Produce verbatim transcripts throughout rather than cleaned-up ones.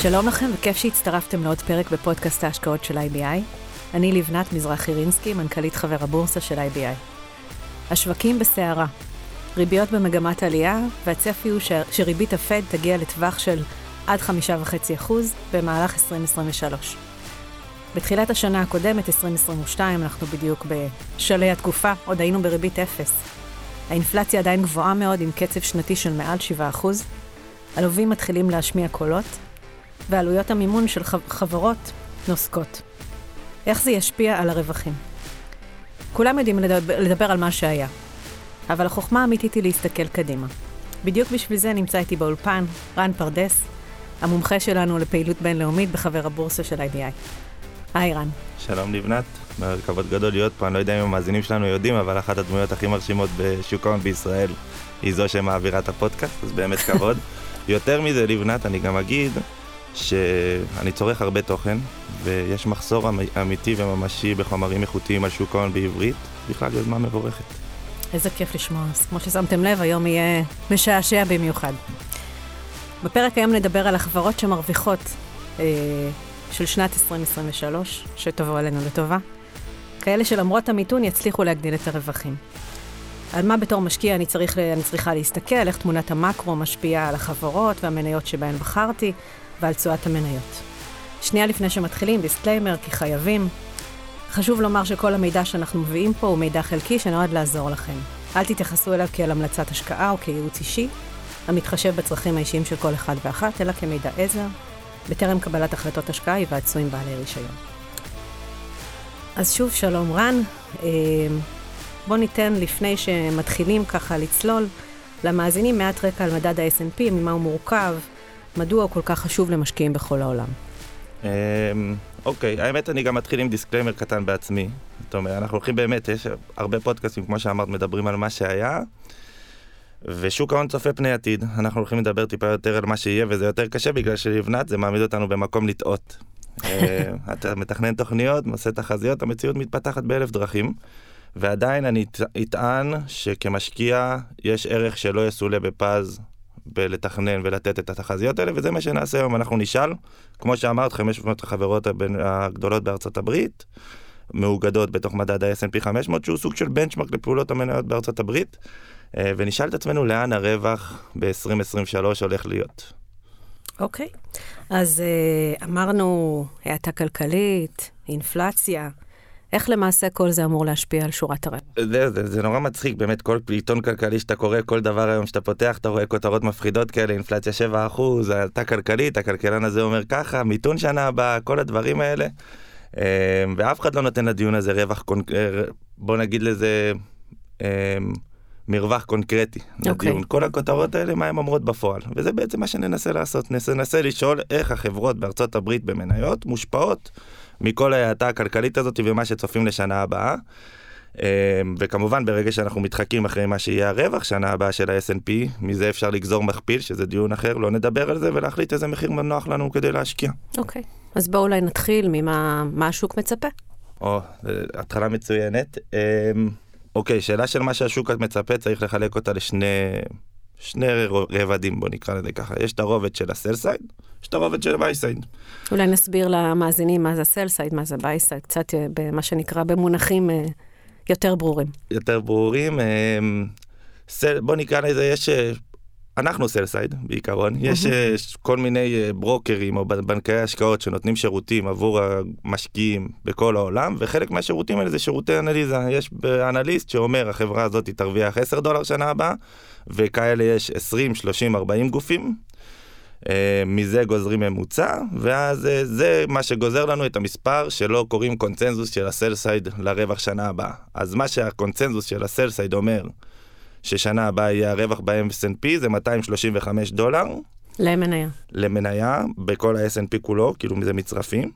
שלום לכם וכיף שהצטרפתם לעוד פרק בפודקאסט ההשקעות של איי בי איי. אני לבנת מזרחי רינסקי, מנכ"לית חבר הבורסה של איי בי איי. השווקים בסערה, ריביות במגמת עלייה, והצפי הוא ש... שריבית הפד תגיע לטווח של עד חמישה וחצי אחוז במהלך עשרים עשרים ושלוש. בתחילת השנה הקודמת, עשרים עשרים ושתיים, אנחנו בדיוק בשלהי התקופה, עוד היינו בריבית אפס. האינפלציה עדיין גבוהה מאוד עם קצב שנתי של מעל שבעה אחוז. הלווים מתחילים להשמיע קולות, ועלויות המימון של חברות נוסקות. איך זה ישפיע על הרווחים? כולם יודעים לדבר, לדבר על מה שהיה, אבל החוכמה האמיתית היא להסתכל קדימה. בדיוק בשביל זה נמצא איתי באולפן רן פרדס, המומחה שלנו לפעילות בינלאומית בחבר הבורסה של איי בי איי. היי רן. שלום לבנת, כבוד גדול להיות פה, אני לא יודע אם המאזינים שלנו יודעים, אבל אחת הדמויות הכי מרשימות בשוק ההון בישראל היא זו שמעבירה את הפודקאסט, אז באמת כבוד. יותר מזה לבנת, אני גם אגיד שאני צורך הרבה תוכן, ויש מחסור אמיתי וממשי בחומרים איכותיים על שוק ההון בעברית, בכלל יוזמה מבורכת. איזה כיף לשמוע, אז כמו ששמתם לב, היום יהיה משעשע במיוחד. בפרק היום נדבר על החברות שמרוויחות אה, של שנת עשרים עשרים ושלוש, שתבוא עלינו לטובה, כאלה שלמרות המיתון יצליחו להגדיל את הרווחים. על מה בתור משקיע אני, צריך, אני צריכה להסתכל, איך תמונת המקרו משפיעה על החברות והמניות שבהן בחרתי, ועל תשואת המניות. שנייה לפני שמתחילים, דיסקליימר, כי חייבים. חשוב לומר שכל המידע שאנחנו מביאים פה הוא מידע חלקי שנועד לעזור לכם. אל תתייחסו אליו כעל המלצת השקעה או כייעוץ אישי, המתחשב בצרכים האישיים של כל אחד ואחת, אלא כמידע עזר, בטרם קבלת החלטות השקעה היוועצו עם בעלי רישיון. אז שוב, שלום רן. בוא ניתן לפני שמתחילים ככה לצלול למאזינים מעט רקע על מדד ה-אס אנד פי, ממה הוא מורכב, מדוע הוא כל כך חשוב למשקיעים בכל העולם. אוקיי, האמת אני גם מתחיל עם דיסקליימר קטן בעצמי. זאת אומרת, אנחנו הולכים באמת, יש הרבה פודקאסטים, כמו שאמרת, מדברים על מה שהיה, ושוק ההון צופה פני עתיד. אנחנו הולכים לדבר טיפה יותר על מה שיהיה, וזה יותר קשה בגלל שלבנת, זה מעמיד אותנו במקום לטעות. אתה מתכנן תוכניות, עושה תחזיות, המציאות מתפתחת באלף דרכים, ועדיין אני אטען שכמשקיע יש ערך שלא יסולה בפז בלתכנן ולתת את התחזיות האלה, וזה מה שנעשה היום. אנחנו נשאל, כמו שאמרת, חמש מאות החברות הגדולות בארצות הברית, מאוגדות בתוך מדד ה-אס אנד פי חמש מאות, שהוא סוג של בנצ'מרק לפעולות המניות בארצות הברית, ונשאל את עצמנו לאן הרווח ב-עשרים עשרים ושלוש הולך להיות. אוקיי, אז אמרנו, האטה כלכלית, אינפלציה, איך למעשה כל זה אמור להשפיע על שורת הרווח? זה, זה, זה נורא מצחיק, באמת, כל עיתון כלכלי שאתה קורא, כל דבר היום שאתה פותח, אתה רואה כותרות מפחידות כאלה, אינפלציה שבעה אחוז, האטה כלכלית, הכלכלן הזה אומר ככה, מיתון שנה הבאה, כל הדברים האלה, ואף אחד לא נותן לדיון הזה רווח, בוא נגיד לזה, מרווח קונקרטי לדיון. כל הכותרות האלה, מה הן אומרות בפועל? וזה בעצם מה שננסה לעשות. ננסה לשאול איך החברות בארצות הברית במניות מושפעות מכל ההאטה הכלכלית הזאת ומה שצופים לשנה הבאה. וכמובן, ברגע שאנחנו מתחקים אחרי מה שיהיה הרווח שנה הבאה של ה-אס אנד פי, מזה אפשר לגזור מכפיל, שזה דיון אחר, לא נדבר על זה, ולהחליט איזה מחיר מנוח לנו כדי להשקיע. אוקיי. אז בואו אולי נתחיל ממה מה השוק מצפה. או, התחלה מצוינת. אוקיי, שאלה של מה שהשוק מצפה, צריך לחלק אותה לשני שני רבדים, בוא נקרא לזה ככה. יש את הרובד של הסל סייד, יש את הרובד של הביי סייד. אולי נסביר למאזינים מה זה הסל סייד, מה זה ביי סייד, קצת במה שנקרא במונחים יותר ברורים. יותר ברורים. בוא נקרא לזה, יש, אנחנו סל סייד בעיקרון, יש כל מיני ברוקרים או בנקי השקעות שנותנים שירותים עבור המשקיעים בכל העולם, וחלק מהשירותים האלה זה שירותי אנליזה. יש אנליסט שאומר, החברה הזאת תרוויח עשרה דולר שנה הבאה, וכאלה יש עשרים, שלושים, ארבעים גופים, מזה גוזרים ממוצע, ואז זה מה שגוזר לנו את המספר שלא קוראים קונצנזוס של הסל סייד לרווח שנה הבאה. אז מה שהקונצנזוס של הסל סייד אומר, ששנה הבאה יהיה הרווח ב-אס אנד פי, זה מאתיים שלושים וחמישה דולר. למניה. למניה, בכל ה-אס אנד פי כולו, כאילו מזה מצרפים.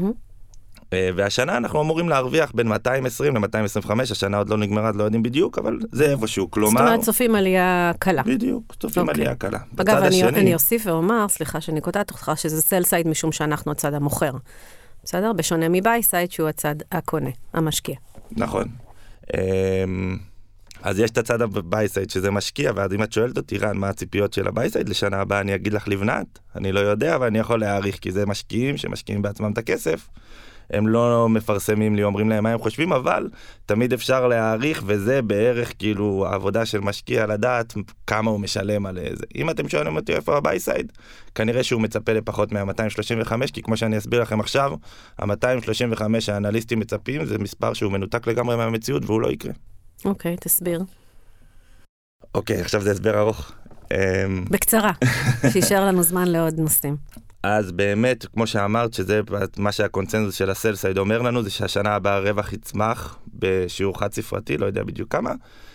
והשנה אנחנו אמורים להרוויח בין מאתיים ועשרים ל-מאתיים עשרים וחמש, השנה עוד לא נגמרה, לא יודעים בדיוק, אבל זה איפשהו, כלומר... זאת אומרת, צופים עלייה קלה. בדיוק, צופים עלייה קלה. אגב, אני אוסיף ואומר, סליחה שאני קוטעת אותך, שזה סל סייד משום שאנחנו הצד המוכר. בסדר? בשונה מביי סייד שהוא הצד הקונה, המשקיע. נכון. אז יש את הצד הבייסייד שזה משקיע, ואז אם את שואלת אותי, רן, מה הציפיות של הבייסייד לשנה הבאה, אני אגיד לך לבנת, אני לא יודע, אבל אני יכול להעריך, כי זה משקיעים שמשקיעים בעצמם את הכסף, הם לא מפרסמים לי, אומרים להם מה הם חושבים, אבל תמיד אפשר להעריך, וזה בערך כאילו העבודה של משקיע לדעת כמה הוא משלם על זה. אם אתם שואלים אותי איפה הבייסייד, כנראה שהוא מצפה לפחות מה-מאתיים שלושים וחמש, כי כמו שאני אסביר לכם עכשיו, ה-מאתיים שלושים וחמש האנליסטים מצפים, זה מספר שהוא מנותק לגמרי מהמציאות, והוא לא יקרה. אוקיי, תסביר. אוקיי, עכשיו זה הסבר ארוך. בקצרה, שישאר לנו זמן לעוד נושאים. אז באמת, כמו שאמרת, שזה מה שהקונצנזוס של הסלסייד אומר לנו, זה שהשנה הבאה הרווח יצמח בשיעור חד ספרתי, לא יודע בדיוק כמה,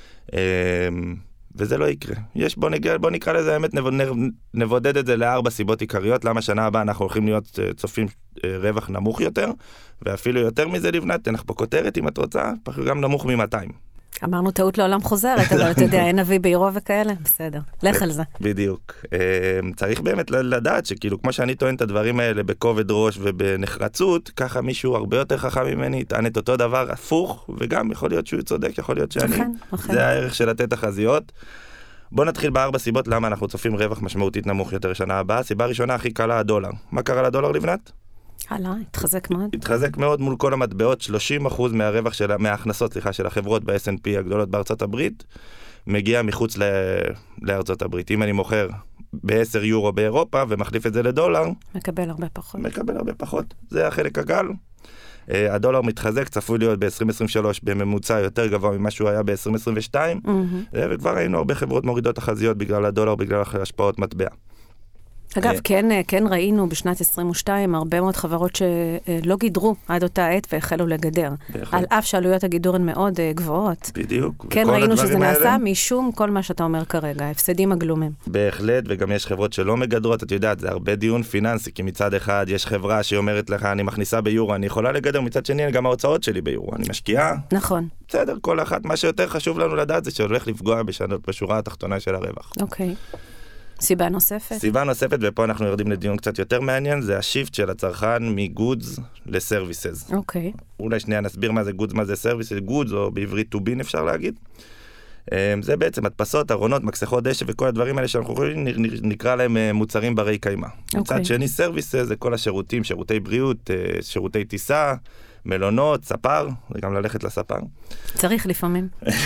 וזה לא יקרה. יש, בוא נקרא, בוא נקרא לזה, האמת, נבודד את זה לארבע סיבות עיקריות, למה שנה הבאה אנחנו הולכים להיות צופים רווח נמוך יותר, ואפילו יותר מזה לבנת, תנח פה כותרת אם את רוצה, גם נמוך מ-מאתיים. אמרנו טעות לעולם חוזרת, אבל אתה יודע, אין אבי בעירו וכאלה, בסדר, לך על זה. בדיוק. צריך באמת לדעת שכאילו, כמו שאני טוען את הדברים האלה בכובד ראש ובנחרצות, ככה מישהו הרבה יותר חכם ממני, יטען את אותו דבר הפוך, וגם יכול להיות שהוא צודק, יכול להיות שאני. זה הערך של לתת תחזיות. בוא נתחיל בארבע סיבות למה אנחנו צופים רווח משמעותית נמוך יותר שנה הבאה. סיבה ראשונה הכי קלה, הדולר. מה קרה לדולר לבנת? הלאה, התחזק מאוד. התחזק מאוד מול כל המטבעות, שלושים אחוז מהרווח של, מההכנסות, סליחה, של החברות ב-אס אנד פי הגדולות בארצות הברית, מגיע מחוץ ל... לארצות הברית. אם אני מוכר ב-עשרה יורו באירופה ומחליף את זה לדולר, מקבל הרבה פחות. מקבל הרבה פחות. זה החלק הקל. הדולר מתחזק, צפוי להיות ב-עשרים עשרים ושלוש בממוצע יותר גבוה ממה שהוא היה ב-עשרים עשרים ושתיים, mm-hmm. וכבר ראינו הרבה חברות מורידות תחזיות בגלל הדולר, בגלל השפעות מטבע. אגב, כן, כן ראינו בשנת עשרים ושתיים הרבה מאוד חברות שלא גידרו עד אותה עת והחלו לגדר. על אף שעלויות הגידור הן מאוד גבוהות. בדיוק. כן ראינו שזה נעשה משום כל מה שאתה אומר כרגע, הפסדים הגלומים. בהחלט, וגם יש חברות שלא מגדרות, את יודעת, זה הרבה דיון פיננסי, כי מצד אחד יש חברה שאומרת לך, אני מכניסה ביורו, אני יכולה לגדר, מצד שני גם ההוצאות שלי ביורו, אני משקיעה. נכון. בסדר, כל אחת, מה שיותר חשוב לנו לדעת זה שהולך לפגוע בשורה התחתונה של הרווח. אוקיי. סיבה נוספת. סיבה נוספת, ופה אנחנו יורדים לדיון קצת יותר מעניין, זה השיפט של הצרכן מגודס לסרוויסס. אוקיי. אולי שנייה נסביר מה זה גודס, מה זה סרוויסס, גודס, או בעברית טובין אפשר להגיד. זה בעצם הדפסות, ארונות, מקסחות דשא וכל הדברים האלה שאנחנו יכולים, נקרא להם מוצרים ברי קיימה. מצד שני, סרוויסס זה כל השירותים, שירותי בריאות, שירותי טיסה, מלונות, ספר, זה גם ללכת לספר. צריך לפעמים.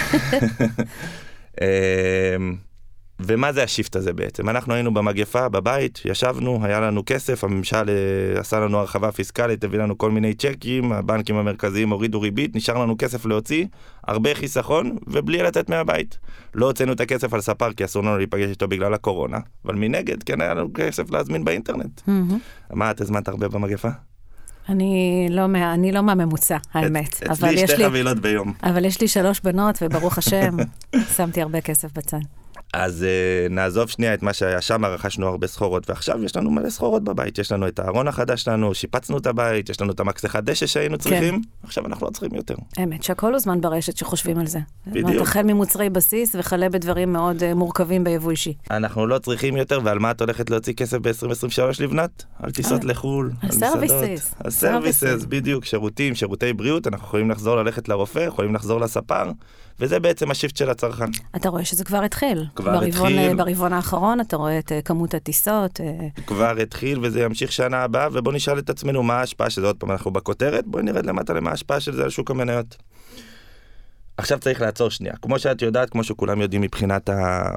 ומה זה השיפט הזה בעצם? אנחנו היינו במגפה, בבית, ישבנו, היה לנו כסף, הממשל עשה לנו הרחבה פיסקלית, הביא לנו כל מיני צ'קים, הבנקים המרכזיים הורידו ריבית, נשאר לנו כסף להוציא, הרבה חיסכון, ובלי לתת מהבית. לא הוצאנו את הכסף על ספר, כי אסור לנו להיפגש איתו בגלל הקורונה, אבל מנגד, כן היה לנו כסף להזמין באינטרנט. מה, את הזמנת הרבה במגפה? אני לא, אני לא מהממוצע, האמת. אצלי שתי חבילות ביום. אבל יש לי שלוש בנות, וברוך השם, שמתי הרבה כסף בצד. אז uh, נעזוב שנייה את מה שהיה שם, רכשנו הרבה סחורות, ועכשיו יש לנו מלא סחורות בבית, יש לנו את הארון החדש שלנו, שיפצנו את הבית, יש לנו את המקסחת דשא שהיינו צריכים, כן. עכשיו אנחנו לא צריכים יותר. אמת, שהכל הוא זמן ברשת שחושבים על זה. בדיוק. החל ממוצרי בסיס וחלה בדברים מאוד uh, מורכבים ביבוא אישי. אנחנו לא צריכים יותר, ועל מה את הולכת להוציא כסף ב-עשרים עשרים ושלוש לבנת? על טיסות לחול, על סרוויסס. על סרוויסס, בדיוק, שירותים, שירותי בריאות, אנחנו יכולים לחזור ללכת לרופא, יכולים לחזור לספר, וזה בעצם השיפט של הצרכן. אתה רואה שזה כבר התחיל. כבר התחיל. ברבעון האחרון אתה רואה את כמות הטיסות. כבר התחיל וזה ימשיך שנה הבאה, ובוא נשאל את עצמנו מה ההשפעה של זה. עוד פעם אנחנו בכותרת, בואי נרד למטה למה ההשפעה של זה על שוק המניות. עכשיו צריך לעצור שנייה. כמו שאת יודעת, כמו שכולם יודעים מבחינת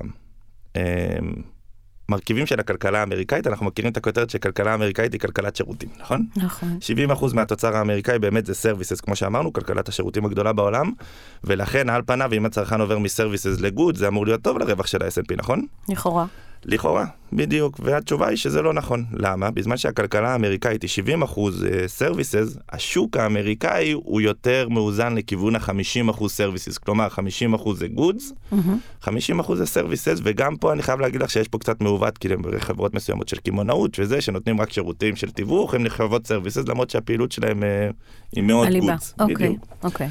המרכיבים של הכלכלה האמריקאית, אנחנו מכירים את הכותרת שכלכלה האמריקאית היא כלכלת שירותים, נכון? נכון. שבעים אחוז מהתוצר האמריקאי באמת זה סרוויסס, כמו שאמרנו, כלכלת השירותים הגדולה בעולם, ולכן על פניו, אם הצרכן עובר מסרוויסס לגוד, זה אמור להיות טוב לרווח של ה-אס אנד פי, נכון? לכאורה. לכאורה, בדיוק, והתשובה היא שזה לא נכון. למה? בזמן שהכלכלה האמריקאית היא שבעים אחוז סרוויסס, השוק האמריקאי הוא יותר מאוזן לכיוון ה-חמישים אחוז סרוויסס, כלומר חמישים אחוז זה גודס, חמישים אחוז זה סרוויסס, וגם פה אני חייב להגיד לך שיש פה קצת מעוות, כי חברות מסוימות של קימונאות וזה, שנותנים רק שירותים של תיווך, הם נחשבות סרוויסס, למרות שהפעילות שלהם היא מאוד גודס. אוקיי, אוקיי.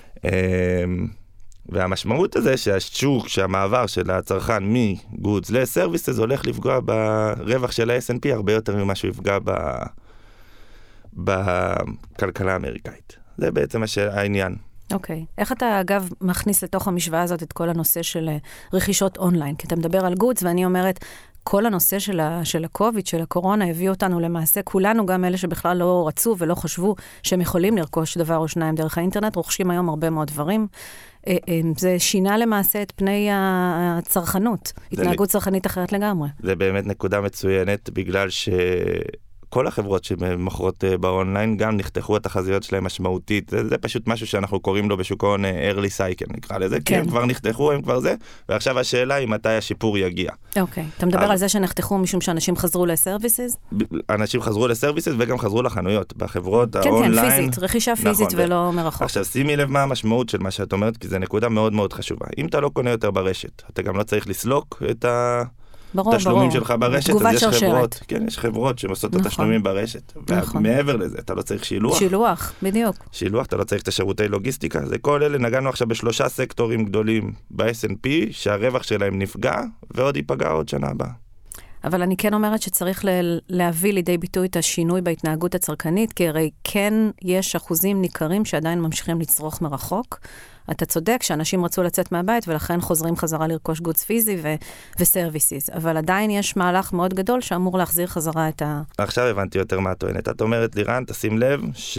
והמשמעות הזה שהשוק, שהמעבר של הצרכן מגודס לסרוויסס הולך לפגוע ברווח של ה-אס אנד פי הרבה יותר ממה שהוא יפגע ב... בכלכלה האמריקאית. זה בעצם העניין. אוקיי. איך אתה, אגב, מכניס לתוך המשוואה הזאת את כל הנושא של רכישות אונליין? כי אתה מדבר על גודס, ואני אומרת, כל הנושא של, ה, של הקוביד, של הקורונה, הביא אותנו למעשה, כולנו, גם אלה שבכלל לא רצו ולא חשבו שהם יכולים לרכוש דבר או שניים דרך האינטרנט, רוכשים היום הרבה מאוד דברים. זה שינה למעשה את פני הצרכנות, התנהגות צרכנית אחרת לגמרי. זה באמת נקודה מצוינת, בגלל ש... כל החברות שמוכרות באונליין גם נחתכו התחזיות שלהם משמעותית. זה, זה פשוט משהו שאנחנו קוראים לו בשוק ההון early cycle, נקרא לזה, כן. כי הם כבר נחתכו, הם כבר זה, ועכשיו השאלה היא מתי השיפור יגיע. אוקיי. אתה מדבר אז... על זה שנחתכו משום שאנשים חזרו לסרוויסס? אנשים חזרו לסרוויסס וגם חזרו לחנויות. בחברות כן, האונליין... כן, פיזית, רכישה פיזית נכון, ולא מרחוק. עכשיו, שימי לב מה המשמעות של מה שאת אומרת, כי זו נקודה מאוד מאוד חשובה. אם אתה לא קונה יותר ברשת, אתה גם לא צריך לסלוק את ה... ברור, תשלומים ברור. שלך ברשת, אז יש שרשרת. חברות, כן, יש חברות שעושות נכון. את התשלומים ברשת. נכון. ומעבר לזה, אתה לא צריך שילוח. שילוח, בדיוק. שילוח, אתה לא צריך את השירותי לוגיסטיקה. זה כל אלה, נגענו עכשיו בשלושה סקטורים גדולים ב-אס אנד פי, שהרווח שלהם נפגע, ועוד ייפגע עוד שנה הבאה. אבל אני כן אומרת שצריך ל- להביא לידי ביטוי את השינוי בהתנהגות הצרכנית, כי הרי כן יש אחוזים ניכרים שעדיין ממשיכים לצרוך מרחוק. אתה צודק שאנשים רצו לצאת מהבית, ולכן חוזרים חזרה לרכוש גודס פיזי ו- וסרוויסיס. אבל עדיין יש מהלך מאוד גדול שאמור להחזיר חזרה את ה... עכשיו הבנתי יותר מה טוענת. את אומרת, לירן, תשים לב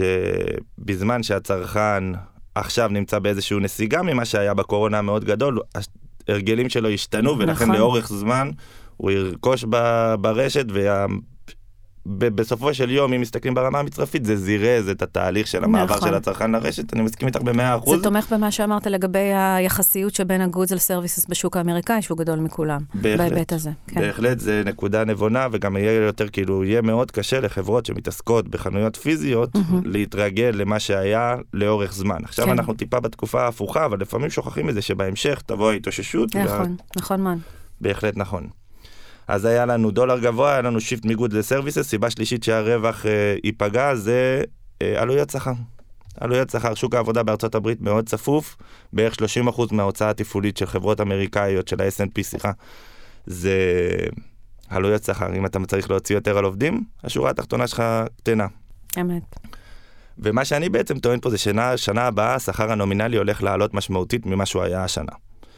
שבזמן שהצרכן עכשיו נמצא באיזשהו נסיגה ממה שהיה בקורונה מאוד גדול, הרגלים שלו השתנו, ולכן נכון. לאורך זמן הוא ירכוש ב- ברשת, וה... בסופו של יום, אם מסתכלים ברמה המצרפית, זה זירז את התהליך של המעבר של הצרכן לרשת. אני מסכים איתך ב-מאה אחוז. זה תומך במה שאמרת לגבי היחסיות שבין הגודס לסרוויסס בשוק האמריקאי, שהוא גדול מכולם. בהיבט הזה. בהחלט, זה נקודה נבונה, וגם יהיה יותר, כאילו, יהיה מאוד קשה לחברות שמתעסקות בחנויות פיזיות, להתרגל למה שהיה לאורך זמן. עכשיו אנחנו טיפה בתקופה ההפוכה, אבל לפעמים שוכחים את זה שבהמשך תבוא ההתאוששות. נכון, נכון מאוד. בהחלט נכון. אז היה לנו דולר גבוה, היה לנו שיפט מגוד לסרוויסס, סיבה שלישית שהרווח אה, ייפגע, זה אה, עלויות שכר. עלויות שכר, שוק העבודה בארצות הברית מאוד צפוף, בערך שלושים אחוז מההוצאה התפעולית של חברות אמריקאיות, של ה-אס אנד פי, סליחה, זה עלויות שכר. אם אתה צריך להוציא יותר על עובדים, השורה התחתונה שלך קטנה. אמת. ומה שאני בעצם טוען פה זה שנה, שנה הבאה, השכר הנומינלי הולך לעלות משמעותית ממה שהוא היה השנה.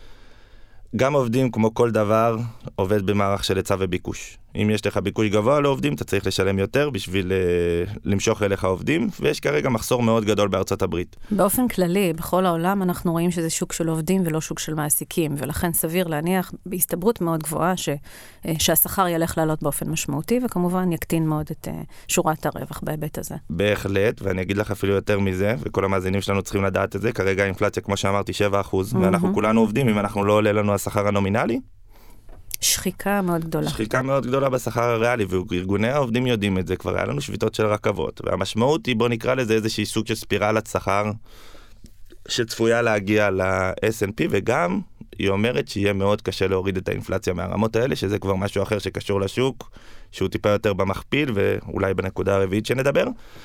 גם עובדים, כמו כל דבר, עובד במערך של היצע וביקוש. אם יש לך ביקוש גבוה לעובדים, אתה צריך לשלם יותר בשביל uh, למשוך אליך עובדים, ויש כרגע מחסור מאוד גדול בארצות הברית. באופן כללי, בכל העולם אנחנו רואים שזה שוק של עובדים ולא שוק של מעסיקים, ולכן סביר להניח בהסתברות מאוד גבוהה ש, uh, שהשכר ילך לעלות באופן משמעותי, וכמובן יקטין מאוד את uh, שורת הרווח בהיבט הזה. בהחלט, ואני אגיד לך אפילו יותר מזה, וכל המאזינים שלנו צריכים לדעת את זה, כרגע האינפלציה, כמו שאמרתי, שבעה אחוז, mm-hmm. ואנחנו כולנו עובדים, אם אנחנו לא עולה לנו השכר הנומינלי, שחיקה מאוד גדולה. שחיקה מאוד גדולה בשכר הריאלי, וארגוני העובדים יודעים את זה, כבר היה לנו שביתות של רכבות, והמשמעות היא, בוא נקרא לזה איזושהי סוג של ספירלת שכר, שצפויה להגיע ל-אס אנד פי, וגם היא אומרת שיהיה מאוד קשה להוריד את האינפלציה מהרמות האלה, שזה כבר משהו אחר שקשור לשוק, שהוא טיפה יותר במכפיל, ואולי בנקודה הרביעית שנדבר.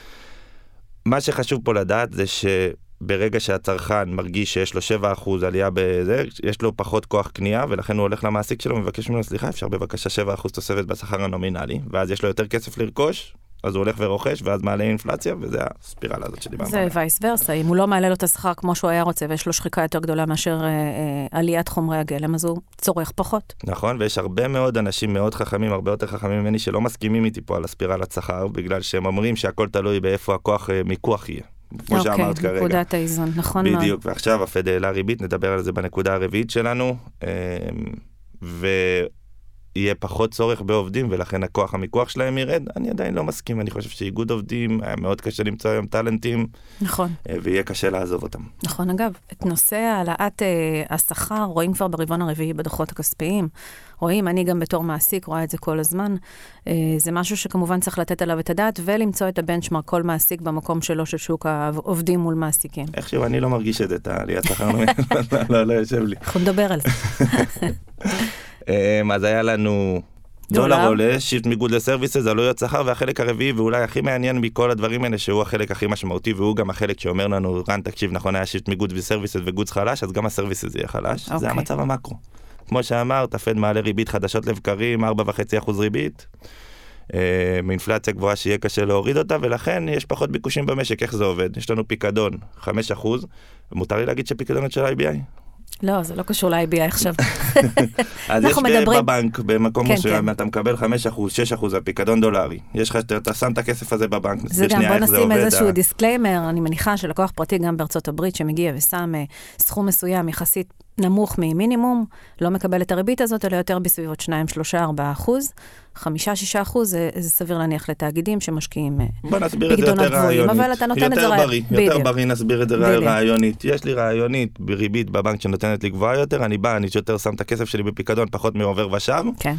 מה שחשוב פה לדעת זה ש... ברגע שהצרכן מרגיש שיש לו שבעה אחוז עלייה בזה, יש לו פחות כוח קנייה, ולכן הוא הולך למעסיק שלו ומבקש ממנו, סליחה, אפשר בבקשה שבעה אחוז תוספת בשכר הנומינלי, ואז יש לו יותר כסף לרכוש, אז הוא הולך ורוכש, ואז מעלה אינפלציה, וזה הספירלה הזאת שדיברנו. זה וייס ורסה, אם הוא לא מעלה לו את השכר כמו שהוא היה רוצה, ויש לו שחיקה יותר גדולה מאשר אה, אה, עליית חומרי הגלם, אז הוא צורך פחות. נכון, ויש הרבה מאוד אנשים מאוד חכמים, הרבה יותר חכמים ממני, שלא מסכימים איתי פה על הספירלת שכר, בגלל שהם אומרים שהכל תלוי באיפה הכוח אה, מיקוח יהיה. כמו אוקיי, שאמרת כרגע. נקודת האיזון, נכון מאוד. בדיוק, ועכשיו הפד העלה ריבית, נדבר על זה בנקודה הרביעית שלנו, ויהיה פחות צורך בעובדים, ולכן הכוח המיקוח שלהם ירד. אני עדיין לא מסכים, אני חושב שאיגוד עובדים, היה מאוד קשה למצוא היום טלנטים, נכון. ויהיה קשה לעזוב אותם. נכון, אגב, את נושא העלאת אה, השכר, רואים כבר ברבעון הרביעי בדוחות הכספיים, רואים, אני גם בתור מעסיק רואה את זה כל הזמן, אה, זה משהו שכמובן צריך לתת עליו את הדעת, ולמצוא את הבנצ'מרק, כל מעסיק במקום שלו של שוק העובדים מול מעסיקים. איכשהו, אני לא מרגיש את זה, את העליית שכר, לא, לא יושב לי. אנחנו נדבר על זה. אז היה לנו דולר עולה, שיפט מגוד לסרוויסס, עלויות שכר, והחלק הרביעי, ואולי הכי מעניין מכל הדברים האלה, שהוא החלק הכי משמעותי, והוא גם החלק שאומר לנו, רן, תקשיב, נכון, היה שיפט מגוד וסרוויסס וגודס חלש, אז גם הסרוויסס יהיה חלש. זה המצב המקרו. כמו שאמרת, הפד מעלה ריבית חדשות לבקרים, ארבע וחצי אחוז ריבית, מאינפלציה גבוהה שיהיה קשה להוריד אותה, ולכן יש פחות ביקושים במשק. איך זה עובד? יש לנו פיקדון, חמישה אחוז, מותר לי להגיד שפיקדונות של איי בי איי? לא, זה לא קשור ל-איי בי איי עכשיו. אז יש בבנק, במקום מסוים, אתה מקבל חמישה אחוז, שישה אחוז, הפיקדון דולרי. יש לך, אתה שם את הכסף הזה בבנק, זה גם, בוא נשים איזשהו דיסקליימר, אני מניחה שלקוח פרטי גם בארצות הברית שמגיע ושם סכום מסוים יחסית נמוך ממינימום, לא מקבל את הריבית הזאת, אלא יותר בסביבות שניים, שלושה, ארבעה אחוז. חמישה, שישה אחוז, זה, זה סביר להניח לתאגידים שמשקיעים פקדונות גבוהים, אבל אתה נותן את זה בריא, יותר בריא נסביר את זה רעיונית. יש לי רעיונית בריבית בבנק שנותנת לי גבוהה יותר, אני בא, אני יותר שם את הכסף שלי בפקדון, פחות מעובר ושב, כן.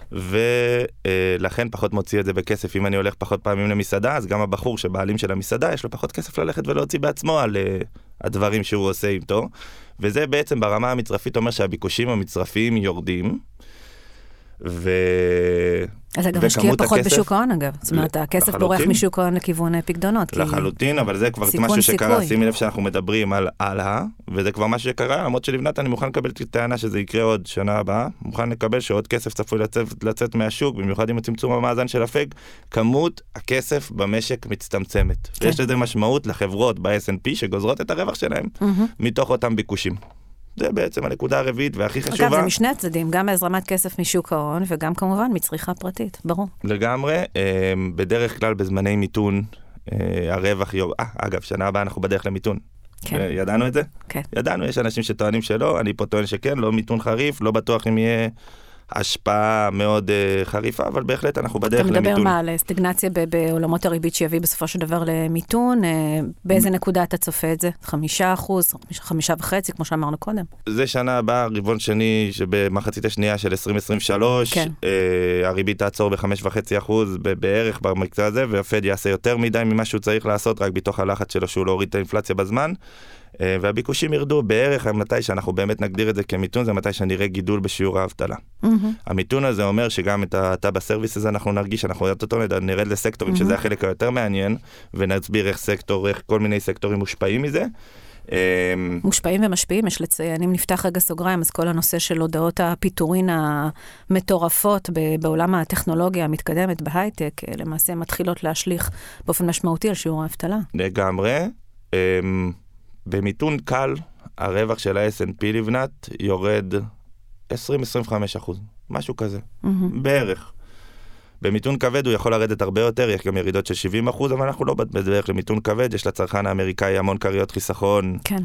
ולכן פחות מוציא את זה בכסף. אם אני הולך פחות פעמים למסעדה, אז גם הבחור שבעלים של המסעדה, יש לו פחות כסף ללכת ולהוציא בעצמו על הדברים שהוא עושה איתו, וזה בעצם ברמה המצרפית אומר שהביקושים המצרפיים יורדים, ו... אתה גם משקיע פחות בשוק ההון, אגב. זאת אומרת, הכסף בורח משוק ההון לכיוון פקדונות. לחלוטין, אבל זה כבר משהו שקרה, שימי לב שאנחנו מדברים על הלאה, וזה כבר משהו שקרה, למרות שלבנת אני מוכן לקבל טענה שזה יקרה עוד שנה הבאה, מוכן לקבל שעוד כסף צפוי לצאת, לצאת מהשוק, במיוחד עם הצמצום המאזן של הפג, כמות הכסף במשק מצטמצמת. כן. ויש לזה משמעות לחברות ב-אס אנד פי שגוזרות את הרווח שלהם mm-hmm. מתוך אותם ביקושים. זה בעצם הנקודה הרביעית והכי חשובה. אגב, זה משני הצדדים, גם מהזרמת כסף משוק ההון, וגם כמובן מצריכה פרטית, ברור. לגמרי, בדרך כלל בזמני מיתון, הרווח יור... אה, אגב, שנה הבאה אנחנו בדרך למיתון. כן. ידענו את זה? כן. ידענו, יש אנשים שטוענים שלא, אני פה טוען שכן, לא מיתון חריף, לא בטוח אם יהיה השפעה מאוד uh, חריפה, אבל בהחלט אנחנו בדרך למיתון. אתה מדבר מה, על סטגנציה בעולמות הריבית שיביא בסופו של דבר למיתון? Uh, באיזה נקודה אתה צופה את זה? חמישה אחוז, חמישה וחצי, כמו שאמרנו קודם. זה שנה הבאה, רבעון שני, שבמחצית השנייה של עשרים עשרים ושלוש, כן. uh, הריבית תעצור בחמש וחצי אחוז בערך במקצוע הזה, והפד יעשה יותר מדי ממה שהוא צריך לעשות, רק בתוך הלחץ שלו שהוא להוריד את האינפלציה בזמן. והביקושים ירדו בערך, מתי שאנחנו באמת נגדיר את זה כמיתון, זה מתי שנראה גידול בשיעור האבטלה. Mm-hmm. המיתון הזה אומר שגם את הטאב הסרוויס הזה אנחנו נרגיש, אנחנו אותו נרד לסקטורים, mm-hmm. שזה החלק היותר מעניין, ונסביר איך סקטור, איך כל מיני סקטורים מושפעים מזה. מושפעים ומשפיעים, יש לציין, אם נפתח רגע סוגריים, אז כל הנושא של הודעות הפיטורין המטורפות בעולם הטכנולוגיה המתקדמת בהייטק, למעשה מתחילות להשליך באופן משמעותי על שיעור האבטלה. לגמרי. במיתון קל, הרווח של ה-אס אנד פי לבנת יורד עשרים עד עשרים וחמישה אחוז, משהו כזה, mm-hmm. בערך. במיתון כבד הוא יכול לרדת הרבה יותר, יש גם ירידות של שבעים אחוז, אבל אנחנו לא בדרך למיתון כבד, יש לצרכן האמריקאי המון קריות חיסכון כן.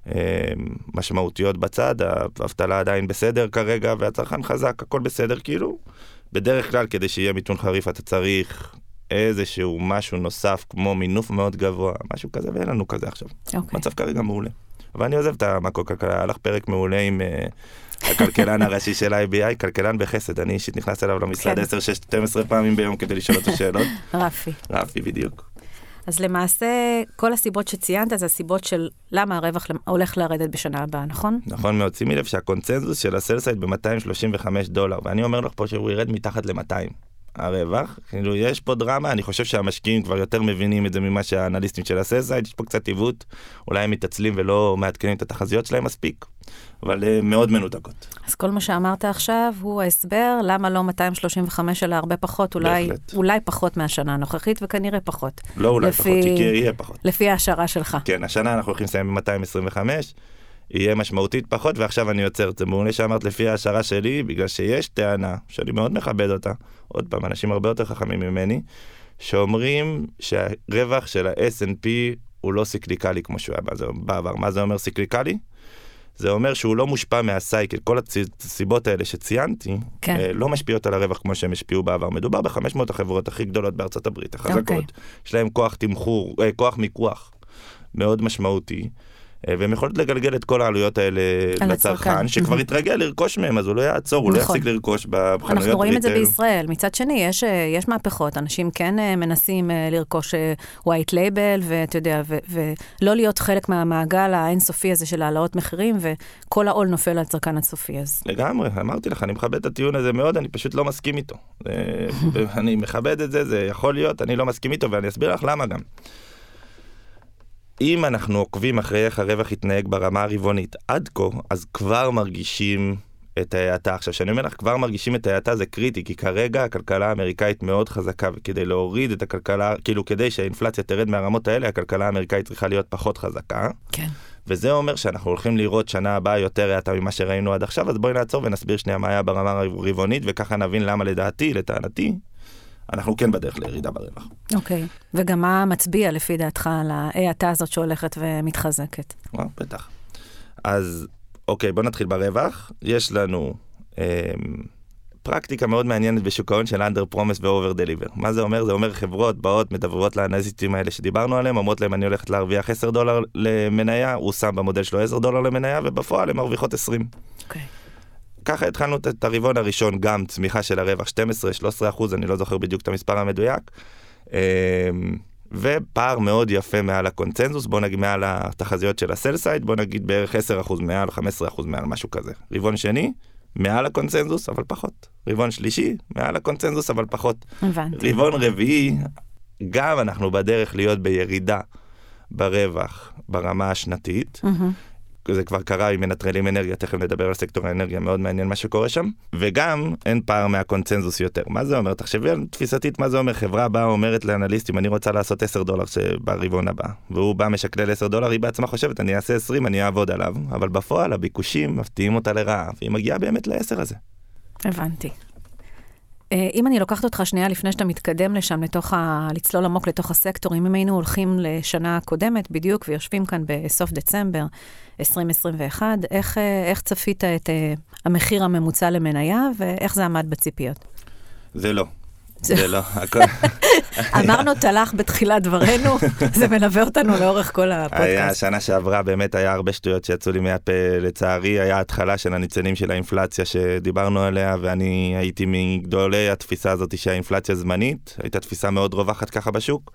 משמעותיות בצד, האבטלה עדיין בסדר כרגע, והצרכן חזק, הכל בסדר, כאילו. בדרך כלל, כדי שיהיה מיתון חריף, אתה צריך איזשהו משהו נוסף, כמו מינוף מאוד גבוה, משהו כזה, ואין לנו כזה עכשיו. Okay. מצב כרגע מעולה. אבל אני עוזב את המקרו-כלכלה, הלך פרק מעולה עם uh, הכלכלן הראשי של איי בי איי, כלכלן בחסד, אני אישית נכנס אליו למשרד עשר שש שתים עשרה פעמים ביום כדי לשאול אותו שאלות. רפי. רפי, בדיוק. אז למעשה, כל הסיבות שציינת, זה הסיבות של למה הרווח הולך לרדת בשנה הבאה, נכון? נכון מאוד, שימי לב שהקונצנזוס של הסלסייד ב-מאתיים שלושים וחמישה דולר, ואני אומר לך פה שהוא ירד מתחת ל-מאתיים. הרווח, כאילו יש פה דרמה, אני חושב שהמשקיעים כבר יותר מבינים את זה ממה שהאנליסטים של הסלסייד, יש פה קצת עיוות, אולי הם מתעצלים ולא מעדכנים את התחזיות שלהם מספיק, אבל uh, מאוד מנותקות. אז כל מה שאמרת עכשיו הוא ההסבר, למה לא מאתיים שלושים וחמש אלא הרבה פחות, אולי, אולי פחות מהשנה הנוכחית וכנראה פחות. לא אולי לפי, פחות, שיהיה פחות. לפי ההשערה שלך. כן, השנה אנחנו הולכים לסיים ב-מאתיים עשרים וחמש, יהיה משמעותית פחות, ועכשיו אני יוצר את זה. מעולה שאמרת לפי ההשערה שלי, בגלל שיש טענה, שאני מאוד מכבד אותה, עוד פעם, אנשים הרבה יותר חכמים ממני, שאומרים שהרווח של ה-אס אנד פי הוא לא סיקליקלי כמו שהוא היה בעבר. מה זה אומר סיקליקלי? זה אומר שהוא לא מושפע מהסייקל. כל הסיבות האלה שציינתי, כן. לא משפיעות על הרווח כמו שהם השפיעו בעבר. מדובר ב-חמש מאות החברות הכי גדולות בארצות הברית, החזקות. Okay. יש להם כוח תמחור, כוח מיקוח מאוד משמעותי. והם יכולות לגלגל את כל העלויות האלה לצרכן, שכבר יתרגל לרכוש מהם, אז הוא לא יעצור, הוא לא יפסיק לרכוש בחנויות ריטייל. אנחנו רואים את זה בישראל. מצד שני, יש, יש מהפכות. אנשים כן מנסים לרכוש white label, ואתה יודע, ולא להיות חלק מהמעגל האינסופי הזה של העלאות מחירים, וכל העול נופל על צרכן הסופי. לגמרי, אמרתי לך, אני מכבד את הטיעון הזה מאוד, אני פשוט לא מסכים איתו. אני מכבד את זה, זה יכול להיות, אני לא מסכים איתו, ואני אסביר לך למה גם. אם אנחנו עוקבים אחרי איך הרווח יתנהג ברמה הרבעונית עד כה, אז כבר מרגישים את ההאטה. עכשיו, שאני אומר לך, כבר מרגישים את ההאטה, זה קריטי, כי כרגע הכלכלה האמריקאית מאוד חזקה, וכדי להוריד את הכלכלה, כאילו כדי שהאינפלציה תרד מהרמות האלה, הכלכלה האמריקאית צריכה להיות פחות חזקה. כן. וזה אומר שאנחנו הולכים לראות שנה הבאה יותר האטה ממה שראינו עד עכשיו, אז בואי נעצור ונסביר שנייה מה היה ברמה הרבעונית, וככה נבין למה לדעתי, לטענתי, אנחנו כן בדרך לירידה ברווח. אוקיי. וגם מה מצביע לפי דעתך על ההאטה הזאת שהולכת ומתחזקת? אה, בטח. אז אוקיי, בוא נתחיל ברווח. יש לנו אה, פרקטיקה מאוד מעניינת בשוק ההון של under promise ו-over deliver. מה זה אומר? זה אומר חברות באות, מדברות לאנליסטים האלה שדיברנו עליהם, אומרות להם אני הולכת להרוויח עשרה דולר למניה, הוא שם במודל שלו עשרה דולר למניה, ובפועל הם מרוויחות עשרים. אוקיי. ככה התחלנו את הרבעון הראשון, גם צמיחה של הרווח שתים עשרה שלוש עשרה אחוז, אני לא זוכר בדיוק את המספר המדויק, ופער מאוד יפה מעל הקונצנזוס, בוא נגיד מעל התחזיות של הסל סייד, בוא נגיד בערך עשרה אחוז מעל, חמישה עשר אחוז מעל, משהו כזה. רבעון שני, מעל הקונצנזוס, אבל פחות. רבעון שלישי, מעל הקונצנזוס, אבל פחות. הבנתי. רבעון רביעי, גם אנחנו בדרך להיות בירידה ברווח ברמה השנתית, זה כבר קרה עם מנטרלים אנרגיה, תכף נדבר על סקטור האנרגיה, מאוד מעניין מה שקורה שם, וגם אין פער מהקונצנזוס יותר. מה זה אומר? תחשבי על תפיסתית מה זה אומר, חברה באה אומרת לאנליסטים, אני רוצה לעשות עשרה דולר ברבעון הבא, והוא בא משקלל עשרה דולר, היא בעצמה חושבת, אני אעשה עשרים, אני אעבוד עליו, אבל בפועל הביקושים מפתיעים אותה לרעה, והיא מגיעה באמת ל-עשר הזה. הבנתי. אם אני לוקחת אותך שנייה לפני שאתה מתקדם לשם, לתוך ה... לצלול עמוק לתוך הסקטור, אם היינו הולכים לשנה קודמת בדיוק, ויושבים כאן בסוף דצמבר עשרים עשרים ואחת, איך, איך צפית את המחיר הממוצע למניה, ואיך זה עמד בציפיות? זה לא. זה לא. אמרנו תלך בתחילת דברנו, זה מלווה אותנו לאורך כל הפודקאסט. היה, השנה שעברה באמת היה הרבה שטויות שיצאו לי מהפה, לצערי, היה התחלה של הניצנים של האינפלציה שדיברנו עליה, ואני הייתי מגדולי התפיסה הזאת שהאינפלציה זמנית, הייתה תפיסה מאוד רווחת ככה בשוק.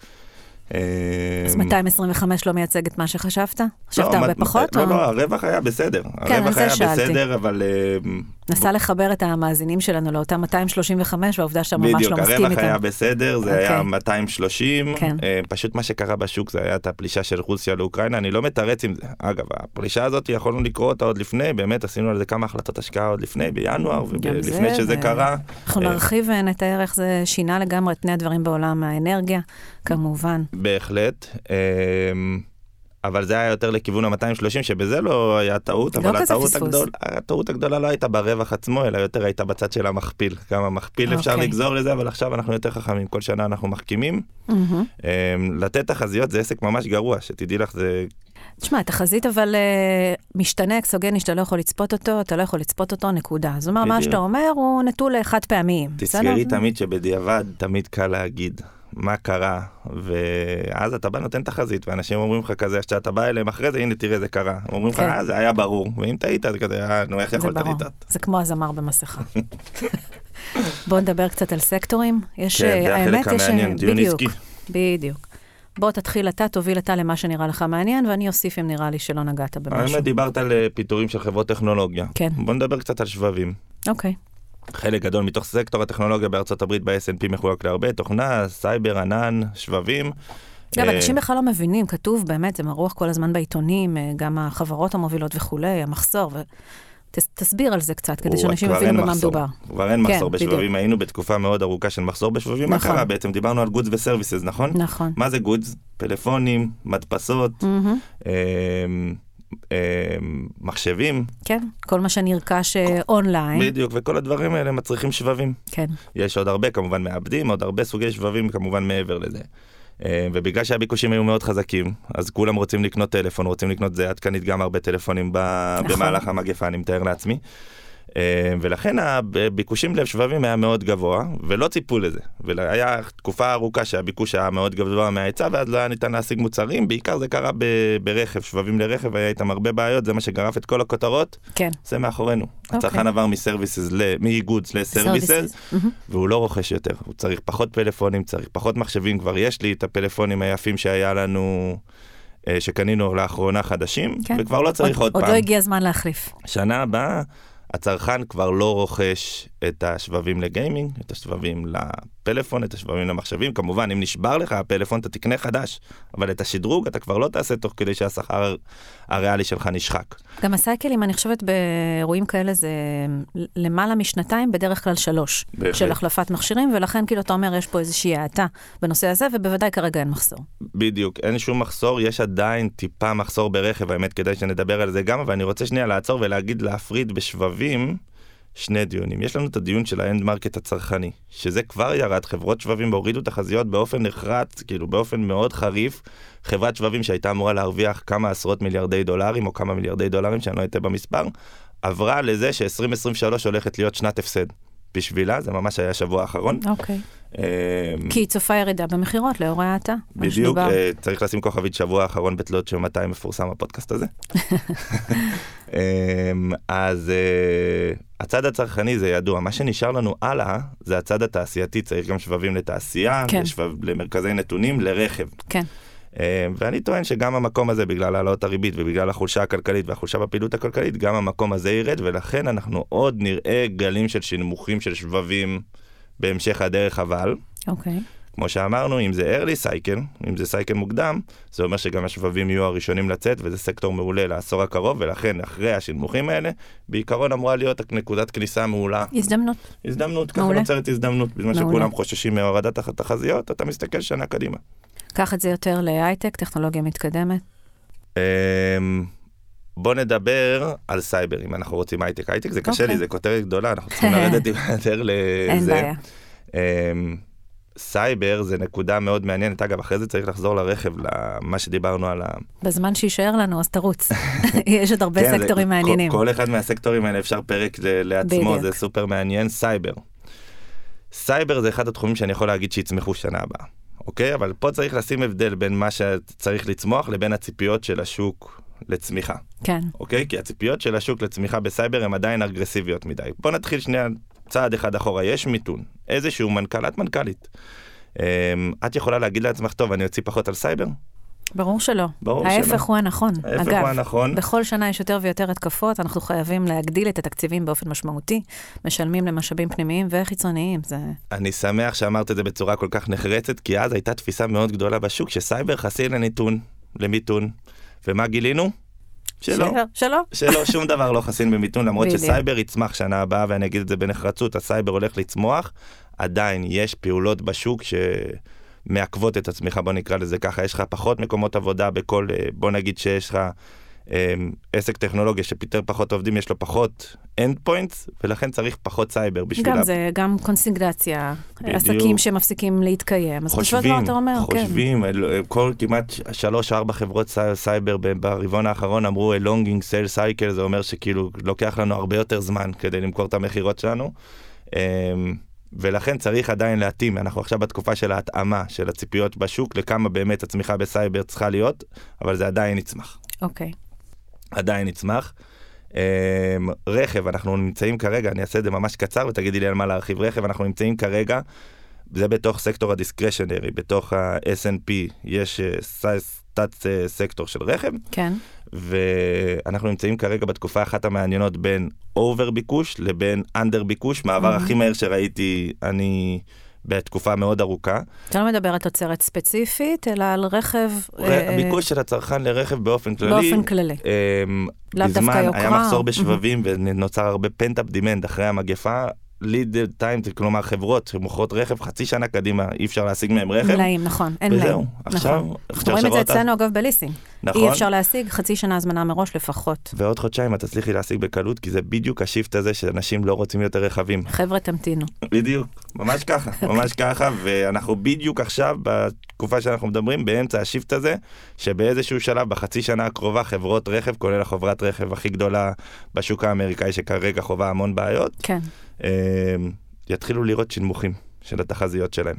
אז מאתיים עשרים וחמש לא מייצג את מה שחשבת? חשבת הרבה פחות? לא, לא, הרווח היה בסדר. הרווח היה בסדר, אבל... נסה לחבר את המאזינים שלנו לאותם מאתיים שלושים וחמש, והעובדה שאתה ממש לא מסכים איתם. בדיוק, הרווח היה בסדר, זה היה מאתיים שלושים. פשוט מה שקרה בשוק זה היה את הפלישה של רוסיה לאוקראינה, אני לא מתרץ עם זה. אגב, הפלישה הזאת יכולנו לקרוא אותה עוד לפני, באמת עשינו על זה כמה החלטות השקעה עוד לפני, בינואר, ולפני שזה קרה. אנחנו נרחיב ונתאר איך זה שינה לגמרי את פני הדברים בעולם האנרגיה, כמובן. בהחלט. אבל זה היה יותר לכיוון ה-מאתיים שלושים, שבזה לא היה טעות, אבל הטעות, הגדול, הטעות הגדולה לא הייתה ברווח עצמו, אלא יותר הייתה בצד של המכפיל. כמה מכפיל אפשר לגזור לזה, אבל עכשיו אנחנו יותר חכמים. כל שנה אנחנו מחכימים. לתת תחזיות זה עסק ממש גרוע, שתדעי לך זה... תשמע, תחזית אבל משתנה אקסוגני שאתה לא יכול לצפות אותו, אתה לא יכול לצפות אותו, נקודה. זאת אומרת, מה שאתה אומר הוא נטול חד פעמיים. תזכרי תמיד שבדיעבד תמיד קל להגיד. מה קרה, ואז אתה בא נותן תחזית, ואנשים אומרים לך כזה, שאתה בא אליהם אחרי זה, הנה תראה זה קרה. אומרים לך, אה, זה היה ברור, ואם טעית, זה כזה, אה, נו, איך יכולת לטעות? זה כמו הזמר במסכה. בואו נדבר קצת על סקטורים. כן, זה החלק המעניין, דיון עסקי. בדיוק. בוא תתחיל אתה, תוביל אתה למה שנראה לך מעניין, ואני אוסיף אם נראה לי שלא נגעת במשהו. האמת, דיברת על פיתורים של חברות טכנולוגיה. כן. בוא נדבר קצת על שבבים. אוקיי. חלק גדול מתוך סקטור הטכנולוגיה בארצות הברית ב-אס אנד פי מחולק להרבה, תוכנה, סייבר, ענן, שבבים. גם אנשים בכלל לא מבינים, כתוב באמת, זה מרוח כל הזמן בעיתונים, גם החברות המובילות וכולי, המחסור, ותסביר על זה קצת, כדי שאנשים יבינו במה מדובר. כבר אין מחסור בשבבים, היינו בתקופה מאוד ארוכה של מחסור בשבבים, מה קרה? בעצם דיברנו על גודס וסרוויסס, נכון? נכון. מה זה גודס? פלאפונים, מדפסות, מחשבים. כן, כל מה שנרכש אונליין. בדיוק, וכל הדברים האלה מצריכים שבבים. כן. יש עוד הרבה, כמובן, מעבדים, עוד הרבה סוגי שבבים, כמובן, מעבר לזה. ובגלל שהביקושים היו מאוד חזקים, אז כולם רוצים לקנות טלפון, רוצים לקנות זה, עד כאן נדגם הרבה טלפונים במהלך המגפה, אני מתאר לעצמי. ולכן הביקושים לשבבים היה מאוד גבוה, ולא ציפו לזה. והיה תקופה ארוכה שהביקוש היה מאוד גבוה מההיצע, ואז לא היה ניתן להשיג מוצרים, בעיקר זה קרה ברכב, שבבים לרכב, היה איתם הרבה בעיות, זה מה שגרף את כל הכותרות. כן. זה מאחורינו. הצרכן עבר מסרוויסס, מגודס לסרוויסס, והוא לא רוכש יותר. הוא צריך פחות פלאפונים, צריך פחות מחשבים, כבר יש לי את הפלאפונים היפים שהיה לנו, שקנינו לאחרונה חדשים, וכבר לא צריך עוד פעם. עוד לא הגיע הזמן להחליף. שנה הבאה, הצרכן כבר לא רוכש את השבבים לגיימינג, את השבבים לפלאפון, את השבבים למחשבים. כמובן, אם נשבר לך הפלאפון, אתה תקנה חדש, אבל את השדרוג אתה כבר לא תעשה תוך כדי שהשכר הריאלי שלך נשחק. גם הסייקלים, אני חושבת באירועים כאלה, זה למעלה משנתיים, בדרך כלל שלוש, בהחלט. של החלפת מכשירים, ולכן כאילו אתה אומר, יש פה איזושהי האטה בנושא הזה, ובוודאי כרגע אין מחסור. בדיוק, אין שום מחסור, יש עדיין טיפה מחסור ברכב, האמת כדאי שנדבר על זה גם, אבל אני רוצה שנייה לעצור ולהגיד להפריד בשבבים שני דיונים. יש לנו את הדיון של האנד מרקט הצרכני, שזה כבר ירד, חברות שבבים והורידו תחזיות באופן נחרץ, כאילו באופן מאוד חריף, חברת שבבים שהייתה אמורה להרוויח כמה עשרות מיליארדי דולרים, או כמה מיליארדי דולרים, שאני לא אתן במספר, עברה לזה ש-עשרים עשרים ושלוש הולכת להיות שנת הפסד. בשבילה, זה ממש היה שבוע האחרון. אוקיי. כי היא צופה ירידה במחירות, לאור ההאטה. בדיוק, צריך לשים כוכבית שבוע האחרון בתלות של מתי מפורסם הפודקאסט הזה. אז הצד הצרכני זה ידוע, מה שנשאר לנו הלאה, זה הצד התעשייתי, צריך גם שבבים לתעשייה, למרכזי נתונים, לרכב. כן. ואני טוען שגם המקום הזה, בגלל העלאות הריבית ובגלל החולשה הכלכלית והחולשה בפעילות הכלכלית, גם המקום הזה ירד, ולכן אנחנו עוד נראה גלים של שינמוכים של שבבים בהמשך הדרך, אבל, אוקיי. כמו שאמרנו, אם זה early cycle, אם זה סייקל מוקדם, זה אומר שגם השבבים יהיו הראשונים לצאת, וזה סקטור מעולה לעשור הקרוב, ולכן אחרי השינמוכים האלה, בעיקרון אמורה להיות נקודת כניסה מעולה. הזדמנות. הזדמנות, ככה נוצרת הזדמנות, בזמן שכולם חוששים מהורדת התחזיות, אתה מסתכל שנה קדימה. קח את זה יותר להייטק, טכנולוגיה מתקדמת. בוא נדבר על סייבר, אם אנחנו רוצים הייטק. הייטק זה קשה לי, זה כותרת גדולה, אנחנו צריכים לרדת יותר לזה. אין בעיה. סייבר זה נקודה מאוד מעניינת. אגב, אחרי זה צריך לחזור לרכב, למה שדיברנו על ה... בזמן שישאר לנו, אז תרוץ. יש עוד הרבה סקטורים מעניינים. כל אחד מהסקטורים האלה אפשר פרק לעצמו, זה סופר מעניין. סייבר. סייבר זה אחד התחומים שאני יכול להגיד שיצמחו שנה הבאה. אוקיי? אבל פה צריך לשים הבדל בין מה שצריך לצמוח לבין הציפיות של השוק לצמיחה. כן. אוקיי? כי הציפיות של השוק לצמיחה בסייבר הן עדיין אגרסיביות מדי. בוא נתחיל שנייה צעד אחד אחורה. יש מיתון. איזשהו מנכ"ל, את מנכ"לית. את יכולה להגיד לעצמך, טוב, אני אוציא פחות על סייבר? ברור שלא. ברור ההפך שלא. הוא הנכון. ההפך אגב, הוא הנכון. בכל שנה יש יותר ויותר התקפות, אנחנו חייבים להגדיל את התקציבים באופן משמעותי, משלמים למשאבים פנימיים וחיצוניים. זה... אני שמח שאמרת את זה בצורה כל כך נחרצת, כי אז הייתה תפיסה מאוד גדולה בשוק, שסייבר חסין לניתון, למיתון. ומה גילינו? שלא. שלא. שלא, שום דבר לא חסין במיתון, למרות שסייבר יצמח שנה הבאה, ואני אגיד את זה בנחרצות, הסייבר הולך לצמוח, עדיין יש פעולות בשוק ש... מעכבות את עצמך, בוא נקרא לזה ככה, יש לך פחות מקומות עבודה בכל, בוא נגיד שיש לך אה, עסק טכנולוגיה שפיתר פחות עובדים, יש לו פחות end points, ולכן צריך פחות סייבר בשביל... גם זה, גם קונסיגנציה, עסקים שמפסיקים להתקיים, אז חושבים, פשוט מה אתה אומר, חושבים, כן. כל כמעט שלוש, ארבע חברות סייבר ברבעון האחרון אמרו, longing sales cycle, זה אומר שכאילו לוקח לנו הרבה יותר זמן כדי למכור את המחירות שלנו, אה, ולכן צריך עדיין להתאים, אנחנו עכשיו בתקופה של ההתאמה של הציפיות בשוק, לכמה באמת הצמיחה בסייבר צריכה להיות, אבל זה עדיין יצמח. אוקיי. עדיין יצמח. רכב, אנחנו נמצאים כרגע, אני אעשה את זה ממש קצר, ותגידי לי על מה להרחיב רכב, אנחנו נמצאים כרגע, זה בתוך סקטור הדיסקרשנרי, בתוך ה-אס אנד פי, יש תת סקטור של רכב. כן. ואנחנו נמצאים כרגע בתקופה אחת המעניינות בין אובר ביקוש לבין אנדר ביקוש, מעבר הכי מהר שראיתי אני בתקופה מאוד ארוכה. אתה לא מדבר על תוצרת ספציפית, אלא על רכב... הביקוש של הצרכן לרכב באופן כללי. באופן כללי. בזמן היה מחסור בשבבים ונוצר הרבה פנטאפ דימנד אחרי המגפה. ליד טיים, כלומר חברות שמוכרות רכב חצי שנה קדימה, אי אפשר להשיג מהם רכב. מלאים, נכון, אין מלאים. וזהו, עכשיו... אנחנו רואים את זה אצלנו אגב בליסינג. נכון. אי אפשר להשיג חצי שנה הזמנה מראש לפחות. ועוד חודשיים את תצליחי להשיג בקלות, כי זה בדיוק השיפט הזה שאנשים לא רוצים יותר רכבים. חבר'ה תמתינו. בדיוק, ממש ככה, ממש ככה, ואנחנו בדיוק עכשיו, בתקופה שאנחנו מדברים, באמצע השיפט הזה, שבאיזשהו שלב, בחצי שנה הקרובה, חברות רכב, כולל החברת רכב הכי גדולה בשוק האמריקאי, שכרגע חובה המון בעיות. כן. יתחילו לראות שינמוכים של התחזיות שלהם.